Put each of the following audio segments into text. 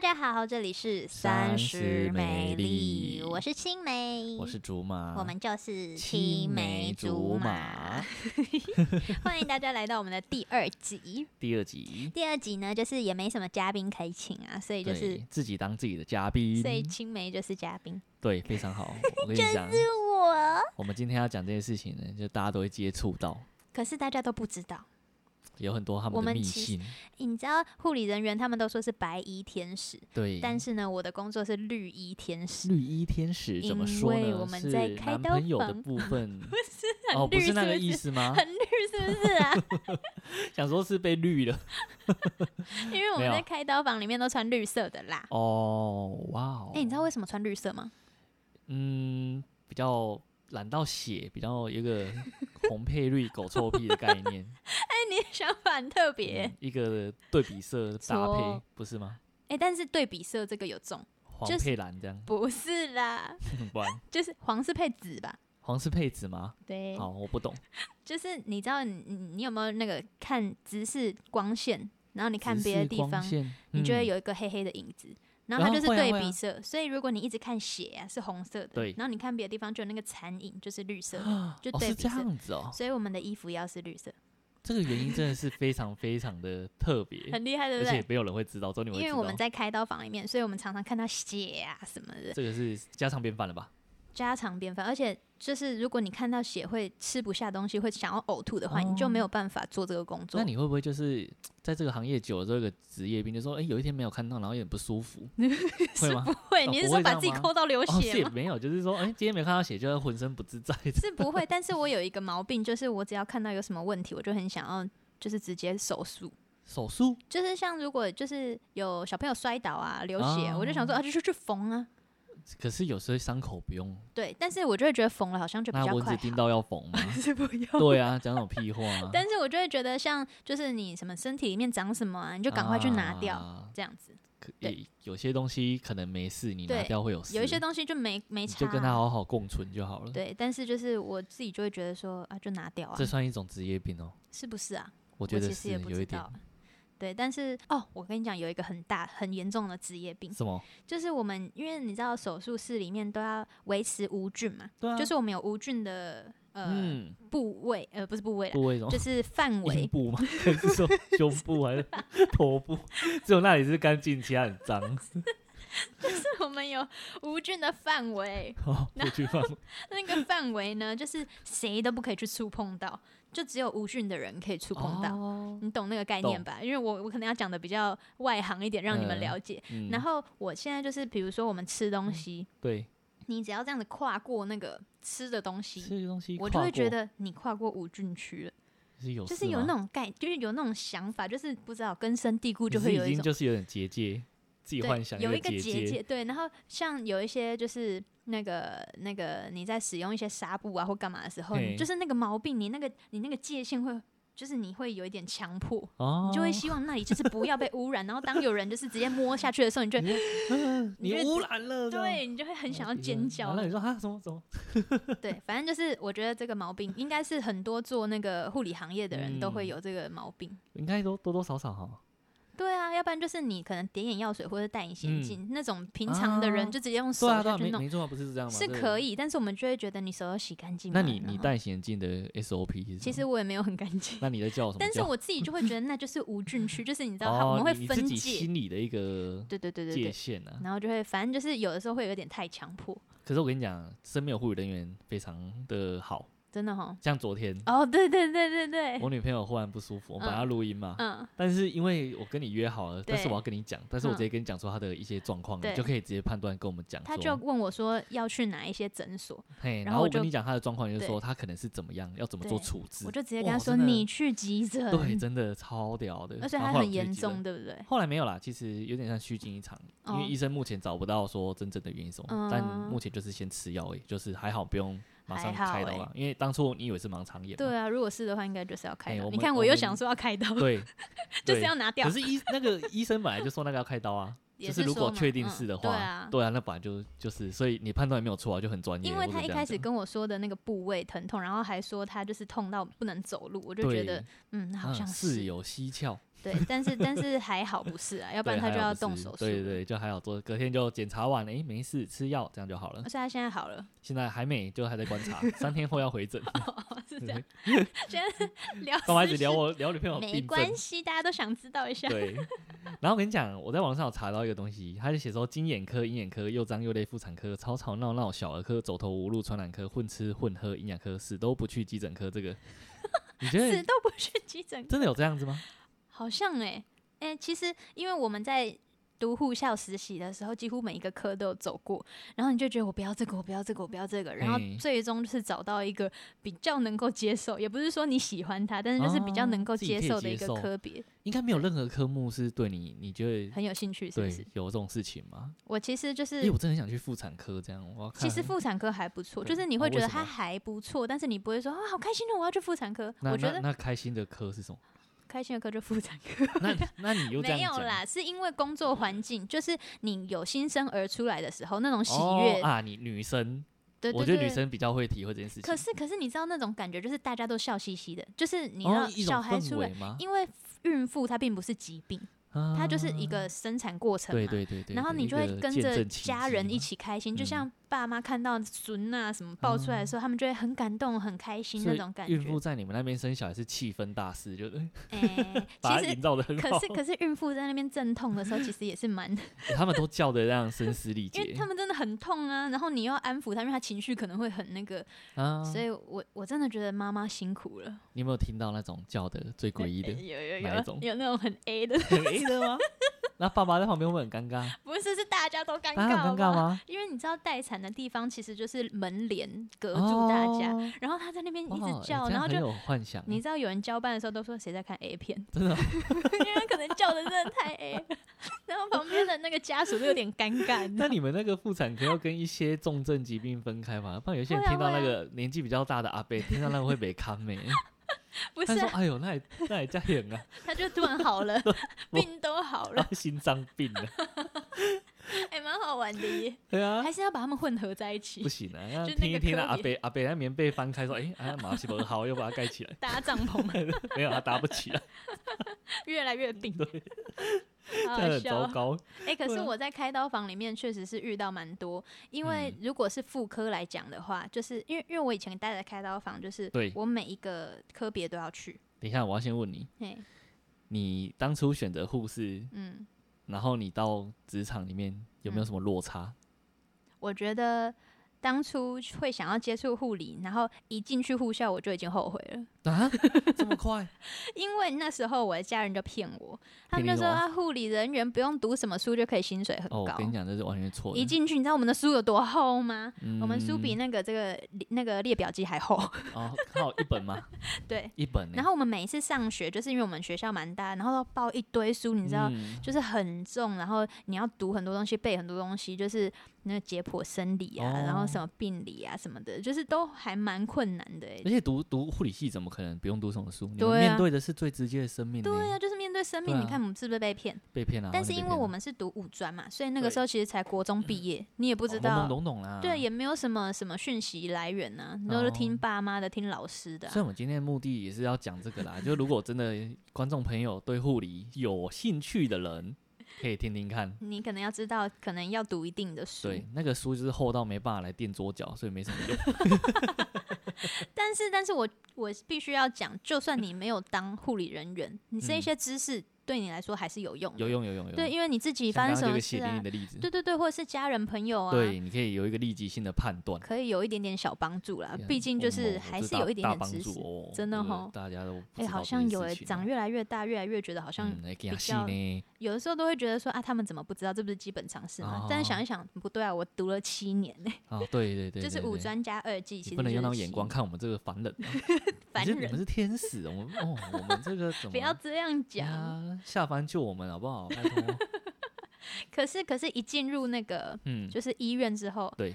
家好，这里是30美丽，我是青梅， 我是竹马， 我们就是青梅竹马。欢迎大家来到我们的第二集。第二集呢，就是也没什么嘉宾可以请啊，所以就是自己当自己的嘉宾， 所以青梅就是嘉宾。 对，非常好。我跟你讲， 就是我们今天要讲这件事情呢，就大家都会接触到， 可是大家都不知道。 有很多他们的秘辛， 你知道护理人员他们都说是白衣天使， 对， 但是呢，我的工作是绿衣天使。 绿衣天使怎么说呢？ 因为我们在开刀房， 是男朋友的部分， 不是很绿， 不是那个意思吗？ 很绿是不是啊？ 想说是被绿了， 因为我们在开刀房里面都穿绿色的啦。 哦，哇哦！ 你知道为什么穿绿色吗？ 比较染到血，比较有一个红配绿狗臭屁的概念。 你的想法很特别， 一个对比色搭配，不是吗？ 但是对比色这个有中， 黄配蓝这样， 不是啦， 不然就是黄是配紫吧？ 黄是配紫吗？ 对， 好，我不懂。 就是你知道你有没有那个看直视光线，然后你看别的地方，你就会有一个黑黑的影子。然后它就是对比色，所以如果你一直看血啊是红色的， 对， 然后你看别的地方就有那个残影就是绿色的，就对比色。 是这样子哦。 所以我们的衣服要是绿色。 这个原因真的是非常非常的特别， 很厉害，对不对？ 而且没有人会知道，只有你会知道。 因为我们在开刀房里面，所以我们常常看到血啊什么的。 这个是家常便饭了吧？ 家常便饭，而且就是如果你看到血会吃不下东西，会想要呕吐的话，你就没有办法做这个工作。 那你会不会就是在这个行业久了之后，有个职业病，就说有一天没有看到，然后有点不舒服，会吗？ 不会，你是说把自己抠到流血吗？ 也没有，就是说今天没有看到血，就会浑身不自在。 是不会，但是我有一个毛病，就是我只要看到有什么问题，我就很想要就是直接手术。 手术就是像如果就是有小朋友摔倒啊流血，我就想说就去缝啊。 可是有时候伤口不用， 对，但是我就会觉得缝了好像就比较快。 那蚊子叮到要缝吗？ 是不用。 对啊，讲那种屁话但是我就会觉得像就是你什么身体里面长什么啊，你就赶快去拿掉，这样子。 对，有些东西可能没事，你拿掉会有事。 有一些东西就没差， 就跟它好好共存就好了。 对，但是就是我自己就会觉得说就拿掉啊。 这算一种职业病哦？ 是不是啊？ 我觉得是其实也不知道有一点。 对，但是我跟你讲，有一个很严重的职业病。 什么？ 就是我们因为你知道手术室里面都要维持无菌嘛， 对啊， 就是我们有无菌的部位，不是部位啦，就是范围。 阴部吗？还是说胸部还是头部？只有那里是干净，其他很脏。 就是我们有无菌的范围， 无菌范围。 那个范围呢，就是谁都不可以去触碰到，就只有无菌的人可以触碰到。你懂那个概念吧？因为我可能要讲的比较外行一点，让你们了解。然后我现在就是，比如说我们吃东西， 对， 你只要这样子跨过那个吃的东西， 我就会觉得你跨过无菌区了。 就是有那种就是有那种想法，就是不知道根深蒂固，就会有一种就是有点结界。自己幻想有一个结界，对，然后像有一些就是那个你在使用一些纱布啊或干嘛的时候，你就是那个毛病，你那个界限会，就是你会有一点强迫，你就会希望那里就是不要被污染，然后当有人就是直接摸下去的时候，你就你污染了， 对，你就会很想要尖叫。 完了，你说什么？ 对，反正就是我觉得这个毛病应该是很多做那个护理行业的人都会有这个毛病， 应该都多多少少哈。 对啊，要不然就是你可能点眼药水或者戴隐形眼镜，那种平常的人就直接用手下去弄， 没错，不是这样吗？ 是可以，但是我们就会觉得你手要洗干净。 那你戴隐形眼镜的 SOP 是什么？ 其实我也没有很干净。 那你在叫什么？ 但是我自己就会觉得那就是无菌区，就是你知道我们会分界， 你自己心里的一个界限啊。 然后就会反正就是有的时候会有点太强迫。 可是我跟你讲，身边有护理人员非常的好。 真的齁， 像昨天对， 我女朋友忽然不舒服，我们本来要录音嘛，但是因为我跟你约好了，但是我要跟你讲，但是我直接跟你讲说她的一些状况，你就可以直接判断跟我们讲。 她就问我说要去哪一些诊所， 然后我跟你讲她的状况，就是说她可能是怎么样，要怎么做处置， 我就直接跟她说你去急诊， 对，真的超屌的， 而且还很严重，对不对？ 后来没有啦，其实有点像虚惊一场，因为医生目前找不到说真正的原因什么，但目前就是先吃药而已，就是还好不用马上开刀了，因为当初你以为是盲肠炎， 对啊，如果是的话，应该就是要开刀。你看，我又想说要开刀， 对， 就是要拿掉。 可是那个医生本来就说那个要开刀啊，就是如果确定是的话，对啊，那本来就是，所以你判断也没有错啊，就很专业。 因为他一开始跟我说的那个部位疼痛，然后还说他就是痛到不能走路，我就觉得好像是有蹊跷。 对，但是还好不是啊，要不然他就要动手术。 对对，就还好做，隔天就检查完，没事，吃药这样就好了。 所以他现在好了？ 现在还没，就还在观察，3天后要回诊。 是这样。现在聊干嘛一直聊女朋友？ 没关系，大家都想知道一下。 对。然后我跟你讲，我在网上有查到一个东西，他就写说经眼科、营养科、又脏又累妇产科、吵吵闹闹小儿科、走投无路传染科、混吃混喝营养科，死都不去急诊科。这个你觉得死都不去急诊科真的有这样子吗？ 好像其实因为我们在读护校实习的时候，几乎每一个科都有走过，然后你就觉得我不要这个，我不要这个，我不要这个，然后最终就是找到一个比较能够接受，也不是说你喜欢它，但是就是比较能够接受的一个科别。 应该没有任何科目是对你觉得很有兴趣，是不是？ 对，有这种事情吗？ 我其实就是， 我真的很想去妇产科这样。 其实妇产科还不错，就是你会觉得它还不错，但是你不会说啊好开心的我要去妇产科。我觉得那开心的科是什么？ 开心的科就妇产科。 那你又这样讲？ 没有啦，是因为工作环境，就是你有新生儿出来的时候那种喜悦你女生。 对， 我觉得女生比较会体会这件事情。 可是你知道那种感觉，就是大家都笑嘻嘻的，就是你知道小孩出来，因为孕妇她并不是疾病。它就是一个生产过程嘛， 对， 然后你就会跟着家人一起开心，就像爸妈看到孙啊什么抱出来的时候，他们就会很感动、很开心那种感觉。 孕妇在你们那边生小孩是气氛大事，就把它营造的很好。 可是孕妇在那边阵痛的时候，其实也是蛮他们都叫的让声嘶力竭， 因为他们真的很痛啊。然后你又要安抚他，因为他情绪可能会很那个，所以我真的觉得妈妈辛苦了。 你有没有听到那种叫的最诡异的？ 有那种很 A 的， 很 A 的吗？那爸爸在旁边会很尴尬？ 不是，是大家都尴尬。 很尴尬吗？ 因为你知道待产的地方其实就是门帘隔住大家，然后他在那边一直叫，然后就很有幻想。 你知道有人交班的时候都说谁在看 A 片， 真的， 因为可能叫的真的太 A， 然后旁边的那个家属都有点尴尬。 那你们那个妇产科要跟一些重症疾病分开吗？不然有些人听到那个年纪比较大的阿伯，听到那个会被看没？ 不是、 他说：“哎呦，那也这样啊！” 他就突然好了，病都好了， 心脏病了， 蛮好玩的耶。 对啊， 还是要把他们混合在一起。 不行啊，要听一听阿伯那棉被翻开说：“马西伯好，又把它盖起来。” 搭帐篷没有，他搭不起来， 越来越病。 对。这很糟糕。 可是我在开刀房里面确实是遇到蛮多，因为如果是妇科来讲的话，就是因为我以前待的开刀房，就是我每一个科别都要去。 等一下，我要先问你，你当初选择护士，然后你到职场里面有没有什么落差？ 我觉得当初会想要接触护理，然后一进去护校我就已经后悔了啊！这么快？ 因为那时候我的家人就骗我，他们就说护理人员不用读什么书就可以薪水很高。 我跟你讲，这是完全错的。 一进去，你知道我们的书有多厚吗？我们书比那个列表机还厚。 靠一本吗？ 对， 一本。 然后我们每一次上学，就是因为我们学校蛮大，然后都抱一堆书，你知道，就是很重，然后你要读很多东西，背很多东西，就是那个解剖生理啊，然后什么病理啊什么的，就是都还蛮困难的。 而且读护理系怎么可能不用读什么书？你们面对的是最直接的生命。 对啊，就是面对生命。你看我们是不是被骗？ 被骗啊！ 但是因为我们是读五专嘛，所以那个时候其实才国中毕业，你也不知道， 懵懂啦。 对，也没有什么讯息来源啊，你都是听爸妈的，听老师的。 所以我们今天的目的也是要讲这个啦，就如果真的观众朋友对护理有兴趣的人，可以听听看。 你可能要知道，可能要读一定的书。 对，那个书就是厚到没办法来垫桌脚，所以没什么用。 但是我必须要讲，就算你没有当护理人员，你这一些知识对你来说还是有用的。 有用。 对，因为你自己发生什么事啊？ 刚刚这个血淋淋的例子。 对，或者是家人朋友啊。 对，你可以有一个立即性的判断， 可以有一点点小帮助啦。毕竟就是还是有一点点知识，真的齁。 大家都好像有长越来越大，越来越觉得好像比较有的时候都会觉得说啊，他们怎么不知道？这不是基本常识吗？但是想一想，不对啊，我读了7年呢。 对， 就是5专加2技，其实不能用那种眼光看我们这个凡人。 凡人， 你们是天使，我们这个怎么？ 不要这样讲， 下凡救我们好不好？拜托。 可是，一进入那个就是医院之后， 对，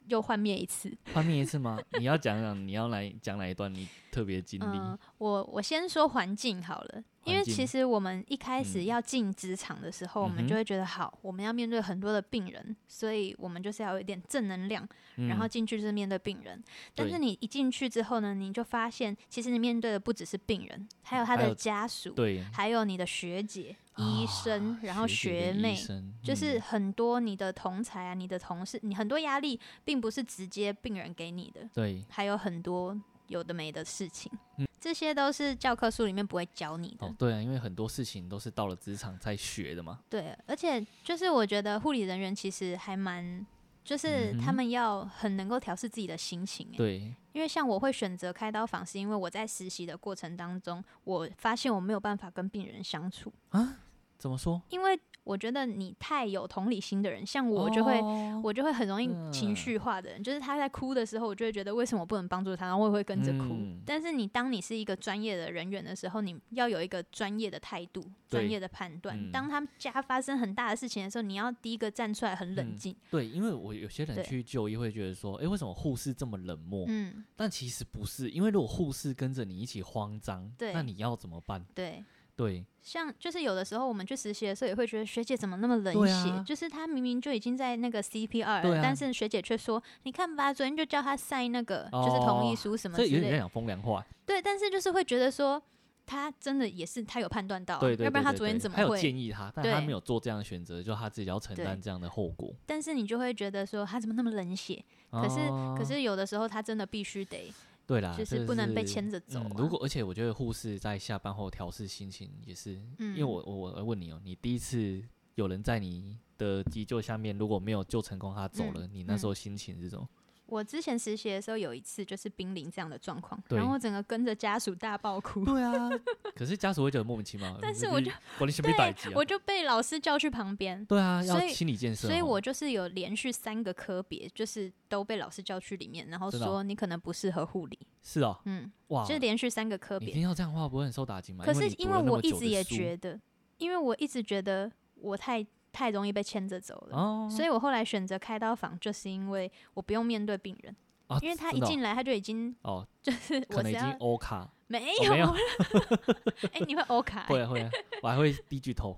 又幻灭一次。 幻灭一次吗？你要讲讲，你要来讲哪一段你特别经历？ 我先说环境好了，因为其实我们一开始要进职场的时候，我们就会觉得好，我们要面对很多的病人，所以我们就是要有一点正能量，然后进去就是面对病人。但是你一进去之后呢，你就发现，其实你面对的不只是病人，还有他的家属，对，还有你的学姐、医生，然后学妹，就是很多你的同才啊、你的同事，你很多压力并不是直接病人给你的，对，还有很多有的没的事情，这些都是教科书里面不会教你的。 对啊，因为很多事情都是到了职场才学的嘛。 对，而且就是我觉得护理人员其实还蛮，就是他们要很能够调试自己的心情。对，因为像我会选择开刀房，是因为我在实习的过程当中，我发现我没有办法跟病人相处啊。怎么说？ 因为我觉得你太有同理心的人，像我就会，我就会很容易情绪化的人，就是他在哭的时候，我就会觉得为什么我不能帮助他，然后我也会跟着哭。但是当你是一个专业的人员的时候，你要有一个专业的态度、专业的判断。当他们家发生很大的事情的时候，你要第一个站出来，很冷静。 对，因为我有些人去就医会觉得说，为什么护士这么冷漠？但其实不是，因为如果护士跟着你一起慌张，那你要怎么办？对，像就是有的时候我们去实习的时候也会觉得学姐怎么那么冷血，就是她明明就已经在那个 CPR 了，但是学姐却说你看吧，昨天就叫她晒那个就是同意书什么之类的， 这有点讲风凉话。 对，但是就是会觉得说她真的也是她有判断到，要不然她昨天怎么会？ 还有建议她，但她没有做这样的选择，就她自己要承担这样的后果。 但是你就会觉得说她怎么那么冷血？可是有的时候她真的必须得。 对啦， 就是不能被牵着走。 而且我觉得护士在下班后调试心情也是，因为我问你你第一次有人在你的急救下面，如果没有救成功，他走了，你那时候心情是什么？ 我之前实习的时候有一次就是濒临这样的状况，然后我整个跟着家属大爆哭。 对啊，可是家属会觉得莫名其妙。 但是我就我就被老师叫去旁边。 对啊，要心理建设。 所以我就是有连续3个科别，就是都被老师叫去里面，然后说你可能不适合护理。 是哦， 哇，就是连续3个科别。 你听到这样的话不会很受打击吗？ 可是因为我一直也觉得，我太容易被牵着走了，所以我后来选择开刀房，就是因为我不用面对病人，因为他一进来他就已经就是可能已经欧卡， 没有，你会欧卡？ 会啊，我还会低举头，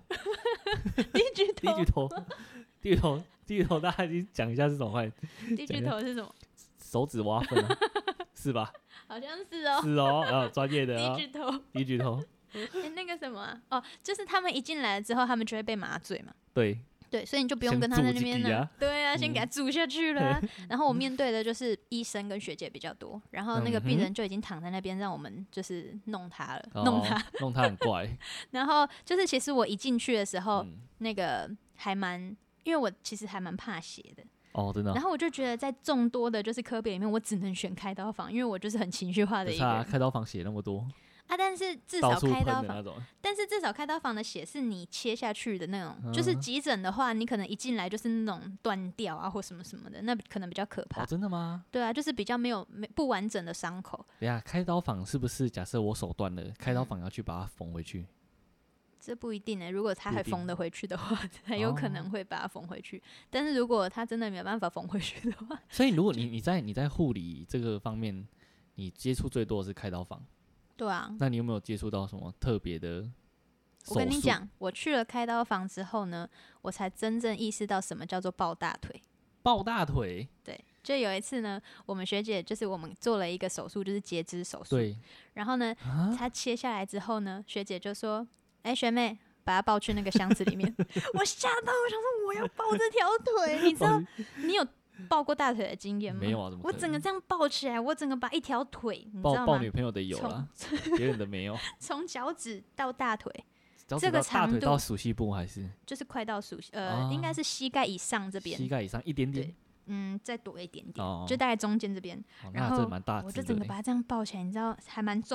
低举头，大家已经讲一下是怎么会？ 低举头是什么？ 手指挖粪啊，是吧？ 好像是哦， 是哦，专业的低举头。 那个什么就是他们一进来之后，他们就会被麻醉嘛。对，所以你就不用跟他在那边了。对啊，先给他注下去了。然后我面对的就是医生跟学姐比较多，然后那个病人就已经躺在那边，让我们就是弄他了，弄他很怪。 然后就是其实我一进去的时候，那个因为我其实还蛮怕血的。 真的。 然后我就觉得在众多的就是科别里面，我只能选开刀房，因为我就是很情绪化的一个人。 开刀房血那么多。 但是至少开刀房的血是你切下去的那种，就是急诊的话，你可能一进来就是那种断掉啊或什么什么的，那可能比较可怕。 真的吗？ 对啊，就是比较不完整的伤口。 对啊，开刀房是不是假设我手断了，开刀房要去把它缝回去？ 这不一定如果他还缝得回去的话，还有可能会把它缝回去。但是如果他真的没有办法缝回去的话， 所以如果你在护理这个方面，你接触最多的是开刀房。 对啊， 那你有没有接触到什么特别的手术？ 我跟你讲，我去了开刀房之后呢，我才真正意识到什么叫做抱大腿。 抱大腿？ 对，就有一次呢，我们学姐就是我们做了一个手术，就是截肢手术。对。然后呢，她切下来之后呢，学姐就说：“学妹，把她抱去那个箱子里面。”我吓到，我想说我要抱这条腿，你知道？你有抱过大腿的经验吗？ 没有啊，怎么可能？ 我整个这样抱起来，我整个把一条腿，你知道吗？ 抱女朋友的有啦，别人的没有。 从脚趾到大腿， 这个长度，大腿到鼠蹊部还是？ 就是快到应该是膝盖以上这边。 膝盖以上一点点。 再多一点点，就大概中间这边。然后我就整个把它这样抱起来，你知道还蛮重的。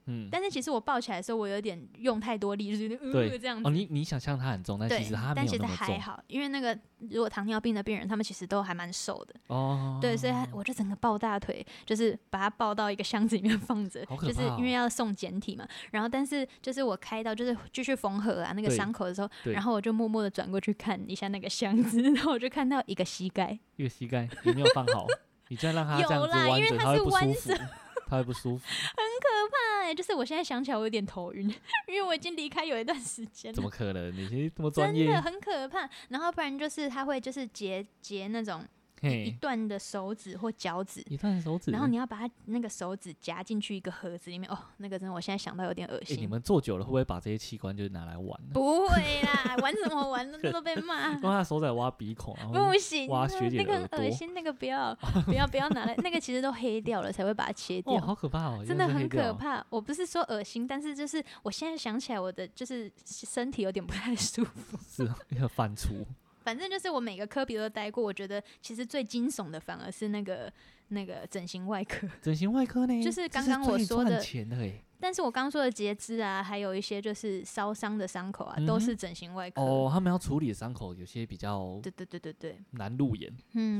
但是其实我抱起来的时候，我有点用太多力，就是这样子。 你想象它很重，但其实它没有那么重。 但其实还好，因为那个如果糖尿病的病人，他们其实都还蛮瘦的。对，所以我就整个抱大腿，就是把它抱到一个箱子里面放着，就是因为要送简体嘛。然后，但是就是我开刀，就是继续缝合啊那个伤口的时候，然后我就默默的转过去看一下那个箱子，然后我就看到一个膝盖， 你没有放好，你再让它这样子弯着，它会不舒服。他会不舒服， 很可怕就是我现在想起来我有点头晕，因为我已经离开有一段时间了。 怎么可能？你其实这么专业， 真的很可怕。然后不然就是他会就是截那种一段的手指或脚趾，然后你要把它那个手指夹进去一个盒子里面。那个真的我现在想到有点恶心。 你们做久了会不会把这些器官就拿来玩呢？ 不会啦，玩什么玩都被骂。 用他手指挖鼻孔，然后不行， 挖学姐的耳朵， 那个很恶心，那个不要拿来，那个其实都黑掉了才会把它切掉。 好可怕真的很可怕。我不是说恶心，但是就是我现在想起来，我的就是身体有点不太舒服， 是要反刍。 反正就是我每个科别都待过，我觉得其实最惊悚的反而是那个整形外科。 整形外科呢， 就是刚刚我说的，但是我刚说的截肢啊，还有一些就是烧伤的伤口啊，都是整形外科。 他们要处理的伤口有些比较对难入眼。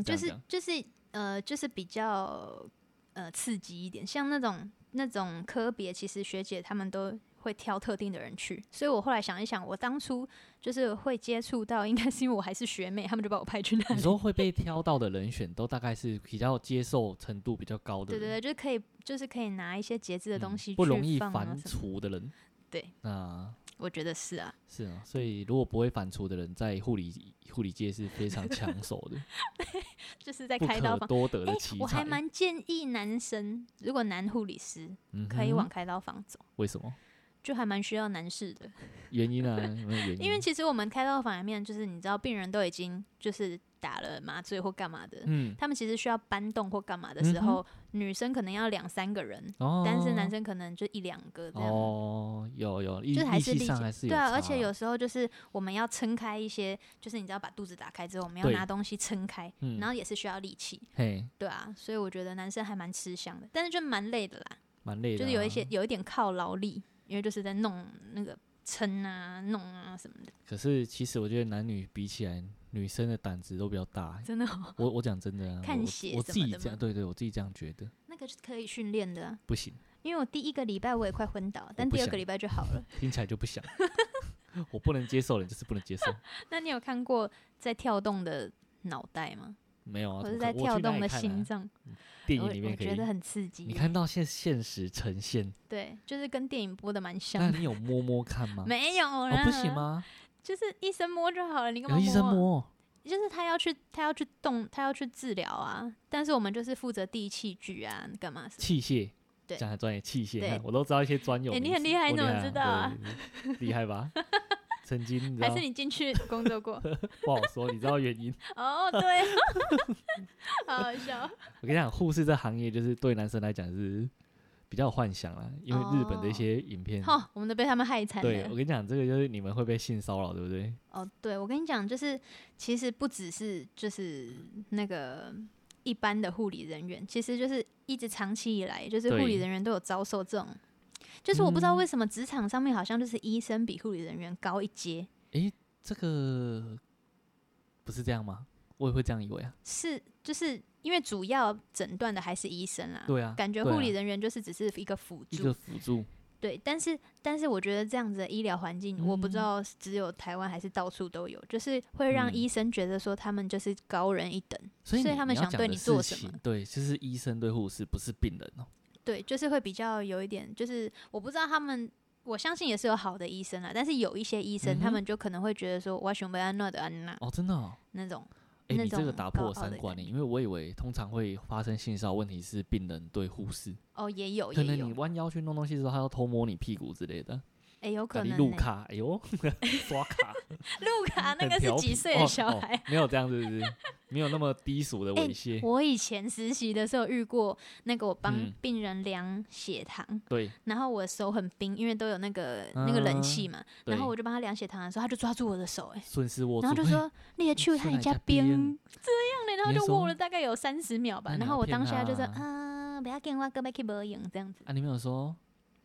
就是比较刺激一点，像那种科别，其实学姐他们都会挑特定的人去，所以我后来想一想，我当初就是会接触到，应该是因为我还是学妹，他们就把我派去那里。 你说会被挑到的人选，都大概是比较接受程度比较高的人， 对，就是可以拿一些节制的东西去不容易反刍的人。 对， 那我觉得是啊， 所以如果不会反刍的人，在护理界是非常抢手的， 就是在开刀房不可多得的奇才。 我还蛮建议男生，如果男护理师可以往开刀房走。 为什么？ 就还蛮需要男士的。 原因啊？有没有原因？ 因为其实我们开刀房里面，就是你知道，病人都已经就是打了麻醉或干嘛的，他们其实需要搬动或干嘛的时候，女生可能要2-3个人，但是男生可能就1-2个这样。 有， 就是还是力气上还是有对啊，而且有时候就是我们要撑开一些，就是你知道把肚子打开之后，我们要拿东西撑开，然后也是需要力气。对啊，所以我觉得男生还蛮吃香的，但是就蛮累的啦， 蛮累的， 就是有一点靠劳力。因为就是在弄那个撑啊、弄啊什么的。 可是其实我觉得男女比起来，女生的胆子都比较大。 真的我讲真的啊， 看血我自己这样，对，我自己这样觉得。 那个是可以训练的啊。 不行， 因为我第1个礼拜我也快昏倒，但第2个礼拜就好了。 听起来就不想。我不能接受的，就是不能接受。 那你有看过在跳动的脑袋吗？ 没有啊， 或是在跳动的心脏。 电影里面可以， 我觉得很刺激。 你看到现实呈现， 对，就是跟电影播的蛮像的。 那你有摸看吗？ 没有啦， 不行吗？ 就是医生摸就好了，你干嘛摸？ 医生摸， 就是他要去动，他要去治疗啊。但是我们就是负责递器具啊，干嘛？ 器械， 对， 讲专业器械，我都知道一些专有。 你很厉害，你怎么知道啊？ 厉害吧？曾经还是你进去工作过？ 不好说，你知道原因？ 对，好好笑。 我跟你讲，护士这行业就是对男生来讲是比较有幻想啦，因为日本的一些影片， 我们都被他们害惨了。 对，我跟你讲，这个就是你们会被性骚扰，对不对？ 对，我跟你讲，就是其实不只是就是那个一般的护理人员，其实就是一直长期以来，就是护理人员都有遭受这种。就是我不知道为什么职场上面好像就是医生比护理人员高一阶。 这个不是这样吗？我也会这样以为啊。 是，就是因为主要诊断的还是医生啦。 对啊， 感觉护理人员就是只是一个辅助。对，但是我觉得这样子的医疗环境，我不知道只有台湾还是到处都有，就是会让医生觉得说他们就是高人一等，所以他们想对你做什么？ 对，就是医生对护士，不是病人哦。 对，就是会比较有一点，就是我不知道他们，我相信也是有好的医生啦，但是有一些医生，他们就可能会觉得说，我想被安诺的安娜。 真的哦， 那种。 你这个打破了3观，因为我以为通常会发生性骚扰问题是病人对护士。 也有， 可能你弯腰去弄东西的时候，他要偷摸你屁股之类的。 有可能。 录卡，刷卡。 录卡那个是几岁的小孩？ 没有这样子，是不是？没有那么低俗的猥亵。 我以前实习的时候遇过那个，我帮病人量血糖， 对， 然后我的手很冰，因为都有那个冷气嘛，然后我就帮他量血糖的时候，他就抓住我的手， 顺势握住， 然后就说你的手太加冰，这样的，然后就握了大概有30秒吧，然后我当下就说不要紧，我要去摸影这样子。 你没有说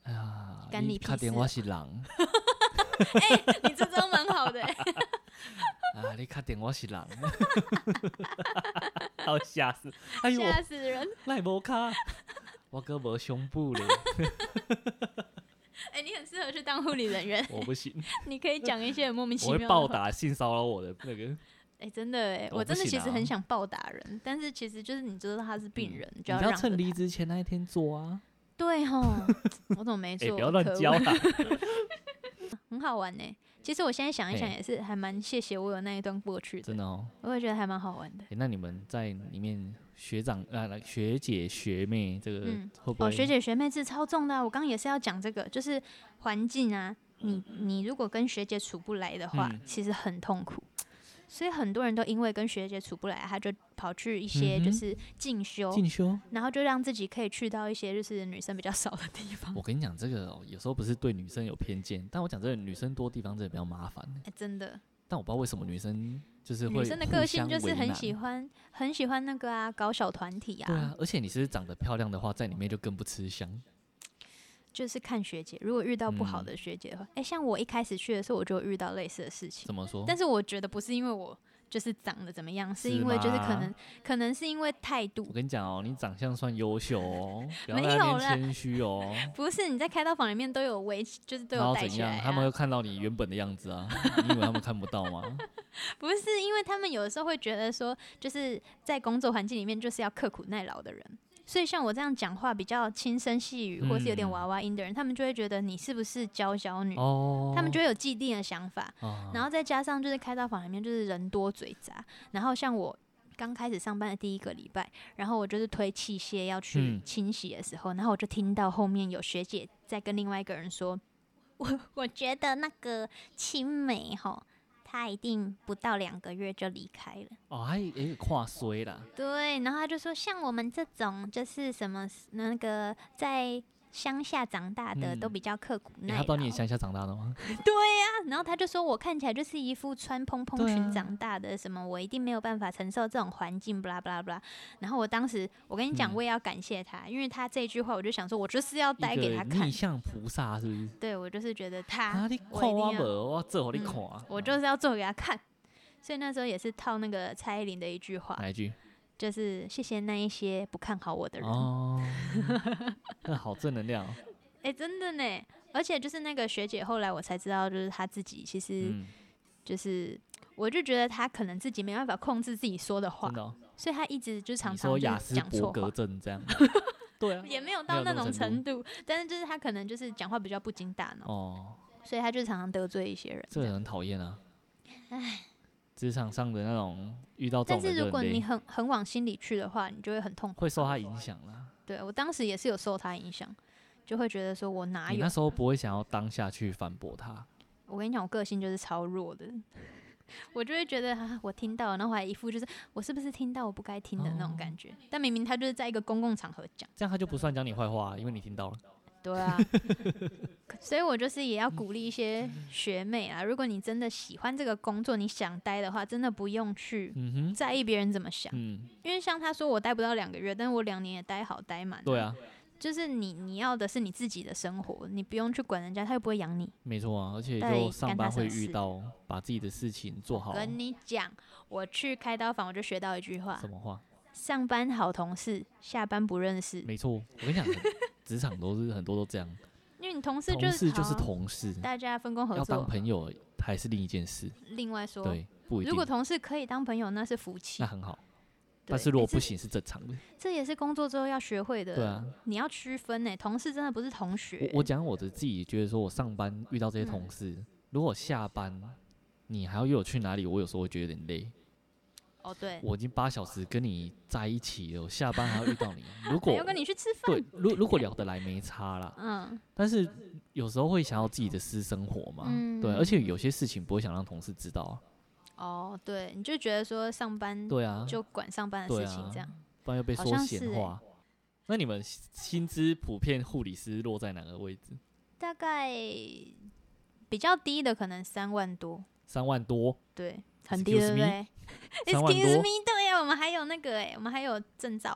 哎呀， 干你屁事！ 打电话是人。 你这招蛮好的啊，你打电话是人。好吓死！哎呦， 吓死人！ 赖无卡，我哥无胸部嘞。 你很适合去当护理人员。 我不行。 你可以讲一些很莫名其妙的话。我会暴打性骚扰我的那个。 真的我真的其实很想暴打人，但是其实就是你知道他是病人，就要趁离职前那一天做啊。 对齁，我怎么没做？ 不要乱教他。 很好玩呢。其实我现在想一想，也是还蛮谢谢我有那一段过去的。 真的哦， 我也觉得还蛮好玩的。 那你们在里面学长学姐学妹这个会不会？ 学姐学妹制超重的我刚刚也是要讲这个，就是环境啊，你如果跟学姐处不来的话，其实很痛苦。所以很多人都因为跟学姐处不来，他就跑去一些就是进修，然后就让自己可以去到一些就是女生比较少的地方。 我跟你讲，这个有时候不是对女生有偏见，但我讲这个女生多地方真的比较麻烦。 真的。 但我不知道为什么女生就是会女生的个性就是很喜欢那个啊，搞小团体啊。 对啊，而且你是长得漂亮的话，在里面就更不吃香。 就是看学姐，如果遇到不好的学姐的话，像我一开始去的时候，我就遇到类似的事情。 怎么说？ 但是我觉得不是因为我就是长得怎么样，是因为就是可能是因为态度。 我跟你讲哦，你长相算优秀哦，不要在那边谦虚哦。 不是，你在开刀房里面都有就是都有带起来然后怎样？他们会看到你原本的样子啊？你以为他们看不到吗？ 不是，因为他们有的时候会觉得说，就是在工作环境里面就是要刻苦耐劳的人。所以像我这样讲话比较轻声细语，或是有点娃娃音的人，他们就会觉得你是不是娇小女，他们就会有既定的想法。然后再加上就是开刀房里面就是人多嘴杂，然后像我刚开始上班的第1个礼拜，然后我就是推器械要去清洗的时候，然后我就听到后面有学姐在跟另外一个人说，我觉得那个青梅齁，他一定不到2个月就离开了。 还有跨衰啦。 对，然后他就说，像我们这种就是什么那个在乡下长大的都比较刻苦耐劳。 他知道你也乡下长大的吗？ 对呀，然后他就说我看起来就是一副穿蓬蓬裙长大的，什么我一定没有办法承受这种环境，不啦不啦不啦。然后我当时我跟你讲，我也要感谢他，因为他这句话，我就想说，我就是要待给他看。 逆向菩萨是不是？ 对，我就是觉得他， 你看我无，我做给你看。 我就是要做给他看。所以那时候也是套那个蔡依林的一句话。 哪一句？ 就是谢谢那一些不看好我的人。 那好正能量。 真的呢，而且就是那个学姐，后来我才知道，就是她自己其实就是，我就觉得她可能自己没办法控制自己说的话，所以她一直就常常就讲错话。 你说雅斯伯格症这样？对啊， 也没有到那种程度，但是就是她可能就是讲话比较不经大脑，所以她就常常得罪一些人。 这很讨厌啊！职场上的那种遇到这种人， 但是如果你很往心里去的话，你就会很痛苦， 会受他影响啦。 对，我当时也是有受他影响。就会觉得说我哪有？ 你那时候不会想要当下去反驳他？ 我跟你讲，我个性就是超弱的，我就会觉得我听到了，然后还一副就是我是不是听到我不该听的那种感觉。但明明他就是在一个公共场合讲， 这样他就不算讲你坏话，因为你听到了。 对啊，所以我就是也要鼓励一些学妹啊，如果你真的喜欢这个工作，你想待的话，真的不用去在意别人怎么想。因为像他说我待不到2个月，但是我2年也待好待满。 对啊。 就是你要的是你自己的生活，你不用去管人家，他又不会养你。 没错啊，而且就上班会遇到把自己的事情做好。 我跟你讲，我去开刀房我就学到一句话。 什么话？ 上班好同事，下班不认识。 没错，我跟你讲，职场都是很多都这样。 因为你同事就是同事， 大家分工合作。 要当朋友还是另一件事。 另外说， 对，不一定。 如果同事可以当朋友，那是福气， 那很好。但是如果不行是正常的， 这也是工作之后要学会的。 对啊， 你要区分同事真的不是同学。 我讲我的自己觉得说，我上班遇到这些同事，如果下班你还要约我去哪里，我有时候会觉得有点累。 对， 我已经8小时跟你在一起了，我下班还要遇到你，如果还要跟你去吃饭， 对，如果聊得来没差啦。但是有时候会想要自己的私生活嘛，对，而且有些事情不会想让同事知道对，你就觉得说上班对啊， 就管上班的事情这样， 不然又被说闲话。那你们薪资普遍护理师落在哪个位置？ 大概比较低的可能3万多。 3万多？ 对，很低，对不对？ Excuse me， 对呀，我们还有那个我们还有证照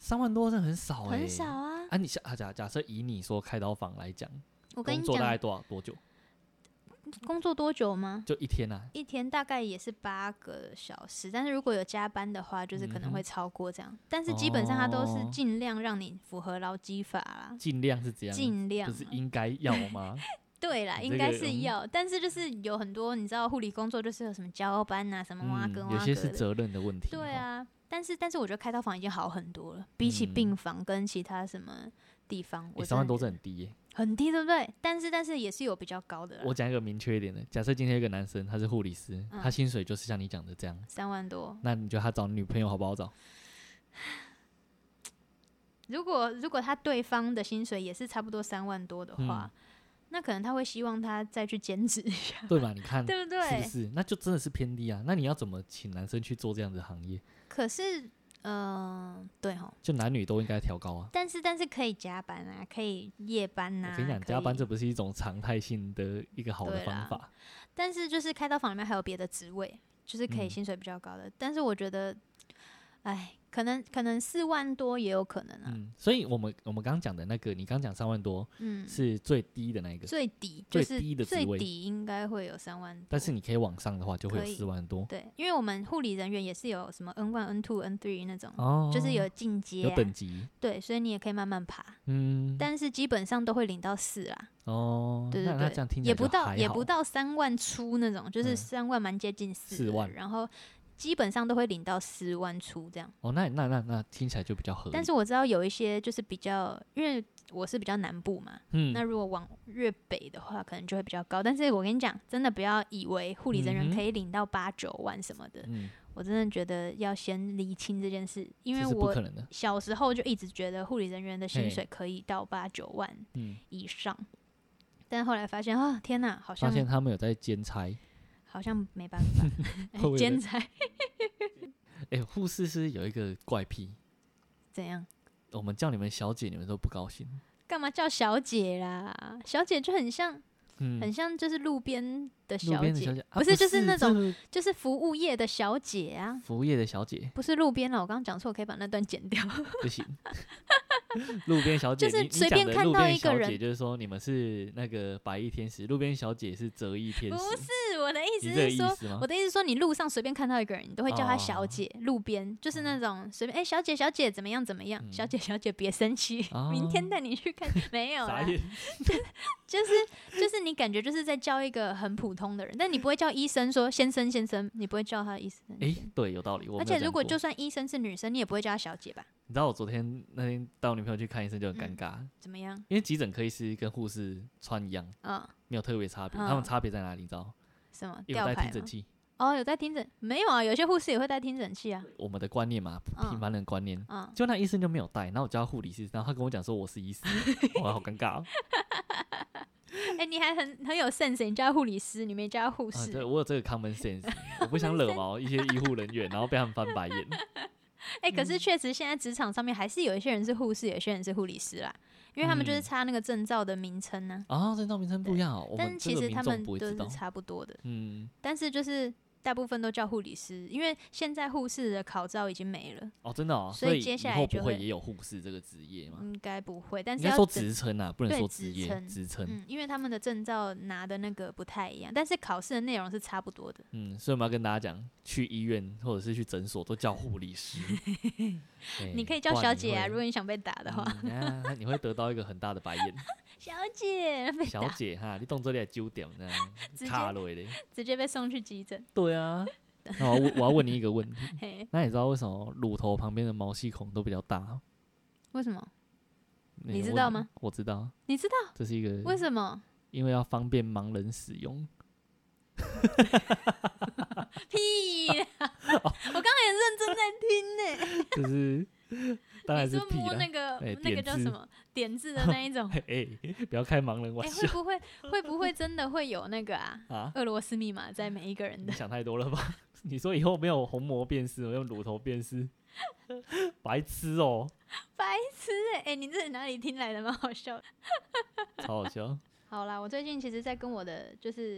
3万多真的很少很少啊。 你假设以你说开刀房来讲， 我跟你讲， 工作大概多久？ 工作多久吗？ 就一天啊。 一天大概也是8个小时，但是如果有加班的话，就是可能会超过这样。但是基本上它都是尽量让你符合劳基法啦。 尽量是这样， 尽量不是应该要吗？ 对啦，应该是要，但是就是有很多你知道护理工作就是有什么交班啊，什么挖根挖根， 有些是责任的问题。 对啊，但是我觉得开刀房已经好很多了，比起病房跟其他什么地方 ，3万多是很低耶。 很低，对不对？但是也是有比较高的啦。 我讲一个明确一点的，假设今天有一个男生他是护理师，他薪水就是像你讲的这样 3万多， 那你觉得他找女朋友好不好找？ 如果他对方的薪水也是差不多3万多的话，那可能他会希望他再去兼职一下， 对吧？你看对不对？ 是不是？那就真的是偏低啊。那你要怎么请男生去做这样的行业？ 可是对齁， 就男女都应该调高啊。 但是可以加班啊，可以夜班啊。 我跟你讲，加班这不是一种常态性的一个好的方法。 但是就是开刀房里面还有别的职位，就是可以薪水比较高的。但是我觉得，可能4万多也有可能啊。 所以我们刚刚讲的那个，你刚讲3万多，是最低的那一个， 最低最低的职位， 最低应该会有3万多。 但是你可以往上的话，就会有4万多。 对，因为我们护理人员也是有什么 N1、N2、N3 那种，就是有进阶， 有等级。对， 所以你也可以慢慢爬。但是基本上都会领到4啦。对， 那这样听起来就还好， 也不到3万出那种，就是3万蛮接近4万，然后。基本上都会领到4万出这样。 那听起来就比较合理。 但是我知道有一些就是比较，因为我是比较南部嘛，那如果往越北的话，可能就会比较高。但是我跟你讲，真的不要以为护理人员可以领到8、9万什么的。我真的觉得要先厘清这件事，因为我小时候就一直觉得护理人员的薪水可以到8、9万以上，但后来发现天哪，好像发现他们有在兼差。 好像没办法，兼差。 护士是有一个怪癖， 怎样？ 我们叫你们小姐，你们都不高兴。 干嘛叫小姐啦？小姐就很像，很像就是路边的小姐，不是就是那种就是服务业的小姐啊。 服务业的小姐不是路边了，我刚刚讲错，可以把那段剪掉。 不行。路边小姐就是随便看到一个人， 就是说你们是那个白衣天使，路边小姐是折翼天使。 不是，我的意思是说，我的意思是说，你路上随便看到一个人，你都会叫她小姐。路边就是那种随便，小姐小姐怎么样怎么样，小姐小姐别生气，明天带你去看。没有啦，就是你感觉就是在叫一个很普通的人，但你不会叫医生说先生先生，你不会叫他医生。 对，有道理。 而且如果就算医生是女生，你也不会叫她小姐吧？ 你知道我那天带我女朋友去看医生就很尴尬。 怎么样？ 因为急诊科医师跟护士穿一样，没有特别差别。他们差别在哪里？你知道？ 什么？ 有带听诊器。 有带听诊？没有啊，有些护士也会带听诊器啊。我们的观念嘛，平凡人的观念。就那医生就没有带，然后我叫他护理师，然后他跟我讲说我是医师，哇，好尴尬。 你还很有 sense， 你叫护理师，你没叫护士。 对，我有这个 common sense， 我不想惹毛一些医护人员，然后被他们翻白眼。 可是确实现在职场上面还是有一些人是护士，有些人是护理师啦，因为他们就是差那个证照的名称呢。 证照名称不一样但是其实他们都是差不多的。但是就是大部分都叫护理师，因为现在护士的考照已经没了。 真的所以接下来以后不会也有护士这个职业吗？ 应该不会，但是应该说职称啊，不能说职业，职称。 因为他们的证照拿的那个不太一样，但是考试的内容是差不多的。 所以我们要跟大家讲，去医院或者是去诊所都叫护理师。 你可以叫小姐啊，如果你想被打的话。 你会得到一个很大的白眼。 小姐， 小姐哈，你动作你纠点呢，卡落的， 直接被送去急诊。 对啊。那我要问你一个问题，那你知道为什么乳头旁边的毛细孔都比较大？ 为什么？你知道吗？ 我知道。 你知道？ 这是一个为什么？ 因为要方便盲人使用。 屁啦！我刚才很认真在听呢。 就是当然是屁啦。 你说摸那个叫什么点字的那一种？ 不要开盲人玩笑。 会不会真的会有那个俄罗斯密码在每一个人的？ 你想太多了吧？你说以后没有虹膜辨识，我用乳头辨识，白痴哦！ 白痴你这是哪里听来的？蛮好笑的。 超好笑。 好啦，我最近其实在跟我的就是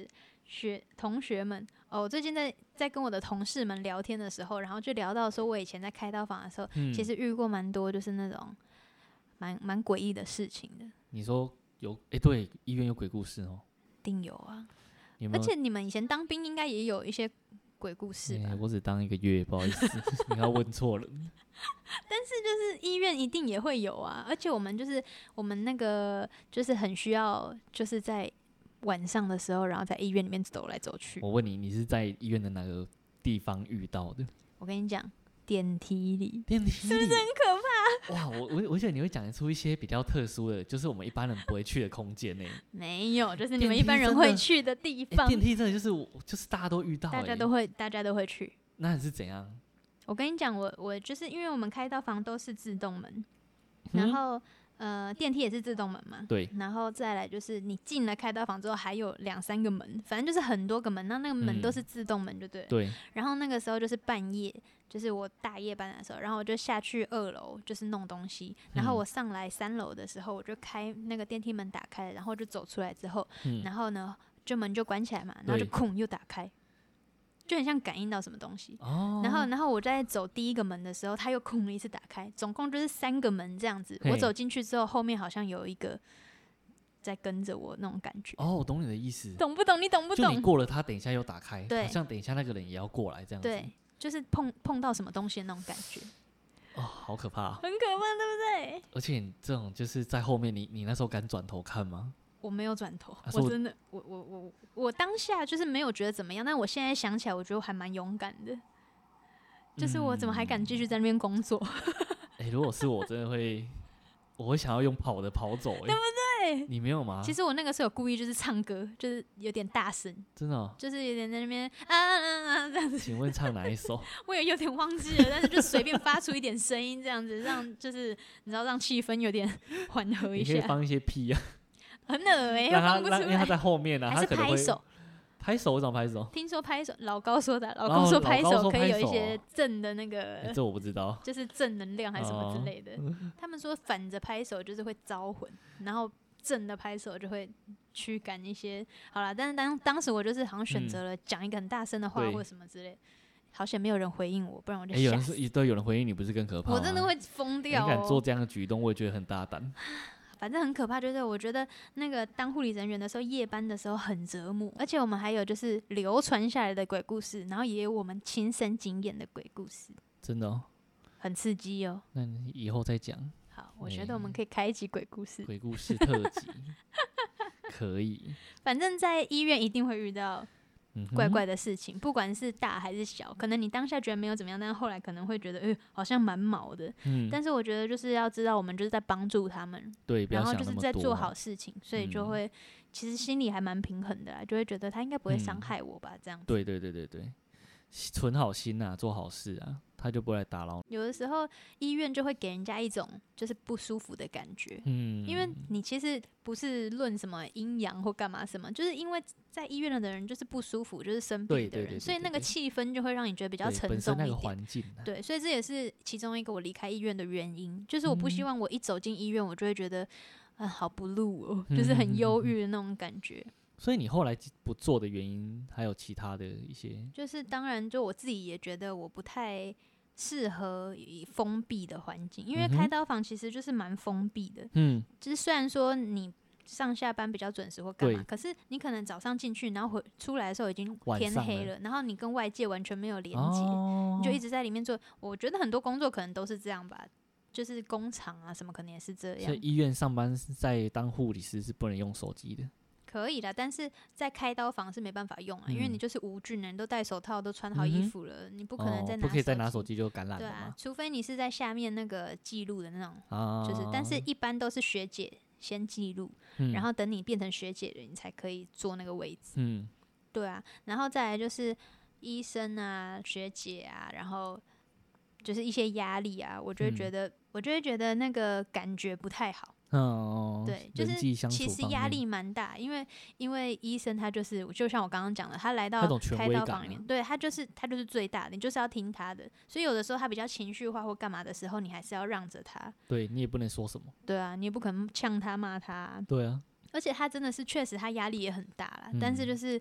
同学们我最近在跟我的同事们聊天的时候，然后就聊到说，我以前在开刀房的时候，其实遇过蛮多就是那种蛮诡异的事情的。 你说有对，医院有鬼故事哦， 一定有啊。 有没有？ 而且你们以前当兵应该也有一些鬼故事吧？ 我只当1个月，不好意思，你要问错了。 但是就是医院一定也会有啊，而且我们那个就是很需要，就是在晚上的时候，然后在医院里面走来走去。 我问你，你是在医院的哪个地方遇到的？ 我跟你讲，电梯里， 电梯里是不是很可怕？ 哇，我觉得你会讲出一些比较特殊的，就是我们一般人不会去的空间呢。 没有，就是你们一般人会去的地方。 电梯真的就是大家都遇到，大家都会去。 那你是怎样？ 我跟你讲，我就是因为我们开刀房都是自动门，然后电梯也是自动门嘛， 对， 然后再来就是你进了开刀房之后还有2-3个门，反正就是很多个门，那个门都是自动门，就对了。 对。 然后那个时候就是半夜，就是我大夜班的时候，然后我就下去2楼就是弄东西，然后我上来3楼的时候，我就开那个电梯门打开，然后就走出来之后，然后呢就门就关起来嘛，然后就空又打开。就很像感应到什么东西，然后我在走第1个门的时候，它又空了一次打开，总共就是3个门这样子。我走进去之后，后面好像有一个在跟着我那种感觉。 我懂你的意思。 懂不懂？你懂不懂？ 就你过了它，等一下又打开， 对， 好像等一下那个人也要过来这样子。 对，就是碰到什么东西的那种感觉。 好可怕， 很可怕，对不对？ 而且这种就是在后面，你那时候敢转头看吗？ 我没有转头，我真的，我当下就是没有觉得怎么样，但我现在想起来，我觉得我还蛮勇敢的，就是我怎么还敢继续在那边工作？ 如果是我，真的我会想要用跑的跑走，对不对？你没有吗？ 其实我那个时候有故意就是唱歌，就是有点大声， 真的就是有点在那边这样子。 请问唱哪一首？ 我也有点忘记了，但是就随便发出一点声音，这样子让就是你知道让气氛有点缓和一下。 你可以放一些屁啊。 很恶又放不出来， 因为他在后面啊， 还是拍手？ 拍手？我怎么拍手？ 听说拍手，老高说的，老高说拍手可以有一些正的那个， 这我不知道， 就是正能量还是什么之类的。他们说反着拍手就是会招魂，然后正的拍手就会驱赶一些。好啦，但是当时我就是好像选择了讲一个很大声的话或什么之类的。好险没有人回应我，不然我就吓死。 有人回应你，不是更可怕吗？ 我真的会疯掉。 你敢做这样的举动，我也觉得很大胆。 反正很可怕，就是我觉得那个当护理人员的时候，夜班的时候很折磨，而且我们还有就是流传下来的鬼故事，然后也有我们亲身经验的鬼故事， 真的很刺激哦。 那你以后再讲。 好，我觉得我们可以开一集鬼故事， 鬼故事特辑，可以。 反正在医院一定会遇到怪怪的事情，不管是大还是小，可能你当下觉得没有怎么样，但是后来可能会觉得，好像蛮毛的。但是我觉得就是要知道，我们就是在帮助他们， 对， 然后就是在做好事情，所以就会其实心里还蛮平衡的啦，就会觉得他应该不会伤害我吧，这样子。 对，存好心啊，做好事啊，他就不会来打扰你。 有的时候医院就会给人家一种就是不舒服的感觉，因为你其实不是论什么阴阳或干嘛什么，就是因为在医院的人就是不舒服，就是生病的人，所以那个气氛就会让你觉得比较沉重一点。本身那个环境对，所以这也是其中一个我离开医院的原因，就是我不希望我一走进医院，我就会觉得好不入哦，就是很忧郁的那种感觉。 所以你后来不做的原因还有其他的一些？ 就是当然，就我自己也觉得我不太适合封闭的环境，因为开刀房其实就是蛮封闭的。就是虽然说你上下班比较准时或干嘛，可是你可能早上进去，然后出来的时候已经天黑了，然后你跟外界完全没有连接，你就一直在里面做。我觉得很多工作可能都是这样吧。就是工厂啊什么可能也是这样。 所以医院上班在当护理师是不能用手机的。 可以啦，但是在开刀房是没办法用啊，因为你就是无菌，你都戴手套，都穿好衣服了，你不可能再拿手机， 不可以再拿手机就感染了嘛。 对啊，除非你是在下面那个记录的那种，就是，但是一般都是学姐先记录，然后等你变成学姐了，你才可以坐那个位置。对啊，然后再来就是医生啊、学姐啊，然后就是一些压力啊，我就会觉得那个感觉不太好。对，就是其实压力蛮大，因为医生他就是就像我刚刚讲的，他来到开刀房里面，对，他就是最大的，你就是要听他的，所以有的时候他比较情绪化或干嘛的时候，你还是要让着他。 对，你也不能说什么。 对啊，你也不可能呛他骂他。 对啊， 而且他真的是确实他压力也很大啦，但是就是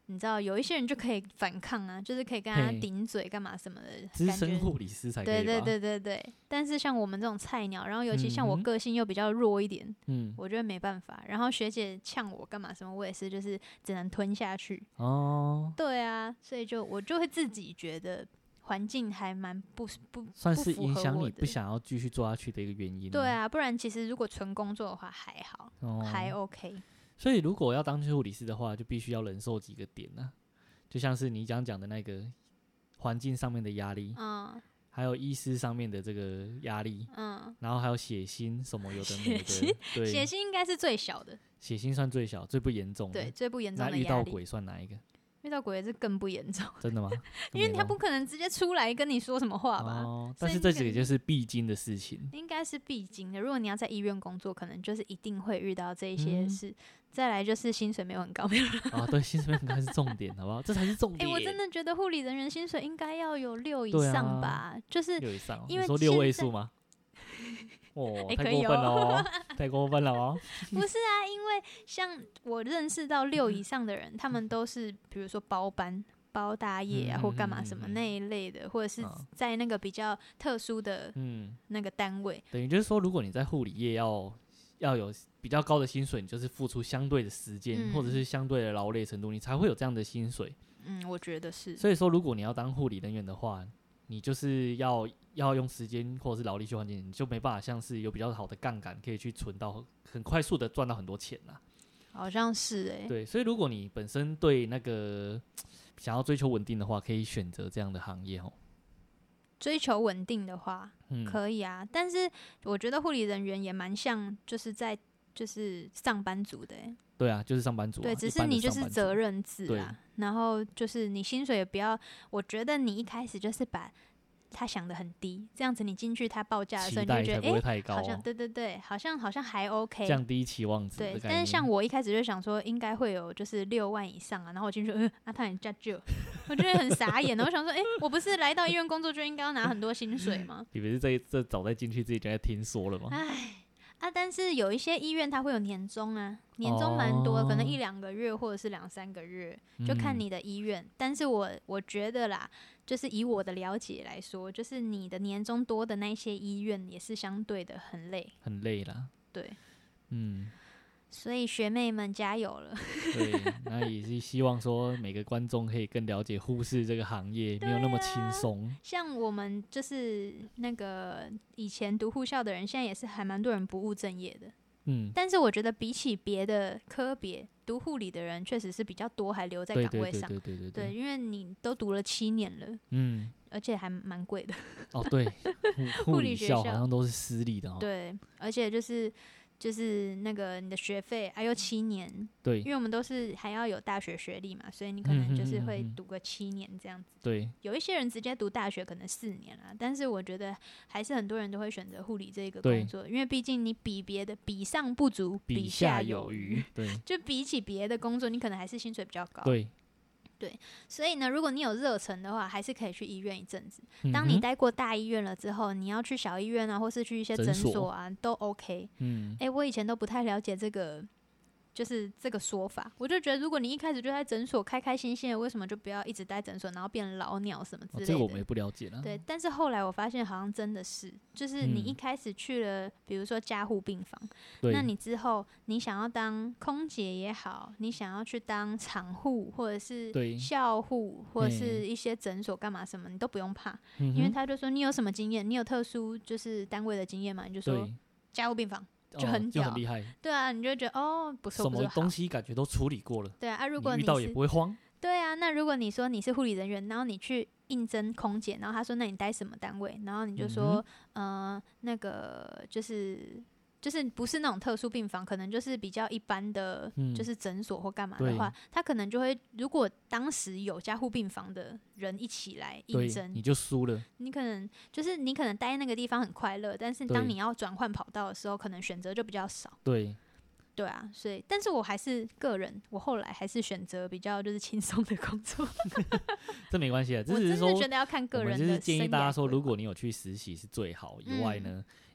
你知道有一些人就可以反抗啊，就是可以跟他顶嘴干嘛什么的， 资深护理师才可以吧？ 对。但是像我们这种菜鸟，然后尤其像我个性又比较弱一点，我觉得没办法。然后学姐呛我干嘛什么，我也是就是只能吞下去。哦，对啊，所以我就会自己觉得环境还蛮不算是影响你不想要继续做下去的一个原因。 对啊，不然其实如果纯工作的话还好，还 OK。 所以如果要当护理师的话，就必须要忍受几个点啊，就像是你讲的那个环境上面的压力，还有医师上面的这个压力，然后还有血薪什么有的没的，对， 血薪应该是最小的， 血薪算最小、最不严重的， 对，最不严重的压力。 那遇到鬼算哪一个？ 遇到鬼是更不严重。 真的吗？ 因为他不可能直接出来跟你说什么话吧。 但是这几个就是必经的事情。 应该是必经的。如果你要在医院工作，可能就是一定会遇到这些事。再来就是薪水没有很高，没有对，薪水没有很高是重点，好不好？这才是重点。 我真的觉得护理人员薪水应该要有6以上吧，就是 6以上。 因为你说6位数吗？太过分了哦，太过分了哦！ 不是啊，因为像我认识到6以上的人，他们都是比如说包班、包大夜啊，或干嘛什么那一类的，或者是在那个比较特殊的那个单位。 等于就是说，如果你在护理业要有比较高的薪水，你就是付出相对的时间，或者是相对的劳累程度，你才会有这样的薪水。 我觉得是。 所以说，如果你要当护理人员的话，你就是要用时间或者是劳力去换钱，你就没办法像是有比较好的杠杆可以去存到很快速的赚到很多钱啦。 好像是对，所以如果你本身对那个想要追求稳定的话，可以选择这样的行业哦。 追求稳定的话，可以啊。但是我觉得护理人员也蛮像，就是上班族的对啊，就是上班族。 对，只是你就是责任制啊。然后就是你薪水也不要，我觉得你一开始就是把他想得很低，这样子你进去他报价的时候，你就觉得好像对，好像还 OK， 降低期望值的概念。 对，但是像我一开始就想说应该会有就是6万以上啊，然后我进去他很加旧，我觉得很傻眼的。我想说我不是来到医院工作就应该要拿很多薪水吗？ 以为是这早在进去自己就在听说了吗？ 但是有一些医院它会有年终啊，年终蛮多的，可能1-2个月或者是2-3个月，就看你的医院。但是我觉得啦，就是以我的了解来说，就是你的年终多的那些医院也是相对的很累啦。 对，所以学妹们加油了。 对，那也是希望说每个观众可以更了解护士这个行业，没有那么轻松。 像我们就是那个以前读护校的人，现在也是还蛮多人不务正业的。但是我觉得比起别的科别，读护理的人确实是比较多，还留在岗位上。对，因为你都读了7年了，而且还蛮贵的。 对，护理学校好像都是私立的。 对，而且就是那个你的学费还有7年， 对， 因为我们都是还要有大学学历嘛，所以你可能就是会读个7年这样子。 对， 有一些人直接读大学可能4年啦，但是我觉得还是很多人都会选择护理这个工作，因为毕竟你比别的比上不足，比下有余。对，就比起别的工作，你可能还是薪水比较高。对，所以呢，如果你有热忱的话，还是可以去医院一阵子。当你待过大医院了之后，你要去小医院啊，或是去一些诊所啊，都 OK。我以前都不太了解这个，就是这个说法。我就觉得，如果你一开始就在诊所开开心心的，为什么就不要一直待诊所，然后变老鸟什么之类的？ 这个我们也不了解了。 对，但是后来我发现，好像真的是，就是你一开始去了，比如说加护病房，那你之后你想要当空姐也好，你想要去当场护或者是校护，或者是一些诊所干嘛什么，你都不用怕，因为他就说你有什么经验，你有特殊就是单位的经验嘛，你就说加护病房。就很屌， 就很厉害。 对啊，你就觉得不错， 什么东西感觉都处理过了。 对啊，如果你遇到也不会慌。 对啊，那如果你说你是护理人员，然后你去应征空姐，然后他说那你待什么单位，然后你就说那个就是不是那种特殊病房，可能就是比较一般的，就是诊所或干嘛的话，他可能就会，如果当时有加护病房的人一起来应征， 你就输了。 你可能待那个地方很快乐，但是当你要转换跑道的时候，可能选择就比较少。对啊，所以，但是我还是个人，我后来还是选择比较就是轻松的工作。 这没关系啊， 我真的觉得要看个人的。 就是建议大家说，如果你有去实习是最好，以外呢，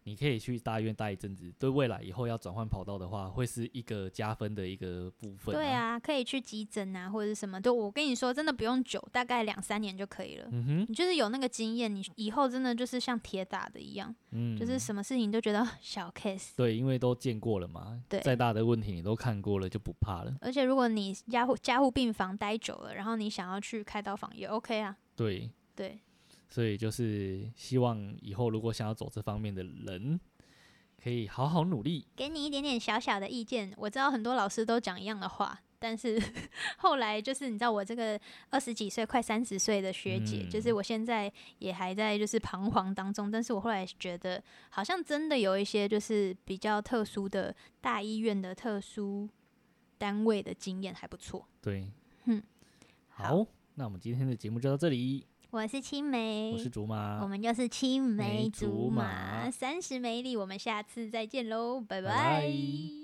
你可以去大医院待一阵子，对未来以后要转换跑道的话，会是一个加分的一个部分。 对啊，可以去急诊啊，或者是什么。对，我跟你说，真的不用久，大概2-3年就可以了。你就是有那个经验，你以后真的就是像铁打的一样，就是什么事情都觉得小 case。 对，因为都见过了嘛，再大的问题你都看过了，就不怕了。 而且如果你加护病房待久了，然后你想要去开刀房也 OK 啊。 对。所以就是希望以后如果想要走这方面的人，可以好好努力。 给你一点点小小的意见，我知道很多老师都讲一样的话，但是后来就是你知道我这个20几岁快30岁的学姐，就是我现在也还在就是彷徨当中，但是我后来觉得好像真的有一些就是比较特殊的大医院的特殊单位的经验还不错。 对，好，那我们今天的节目就到这里。 我是青梅， 我是竹马， 我们就是青梅竹马，30美里，我们下次再见喽，拜拜。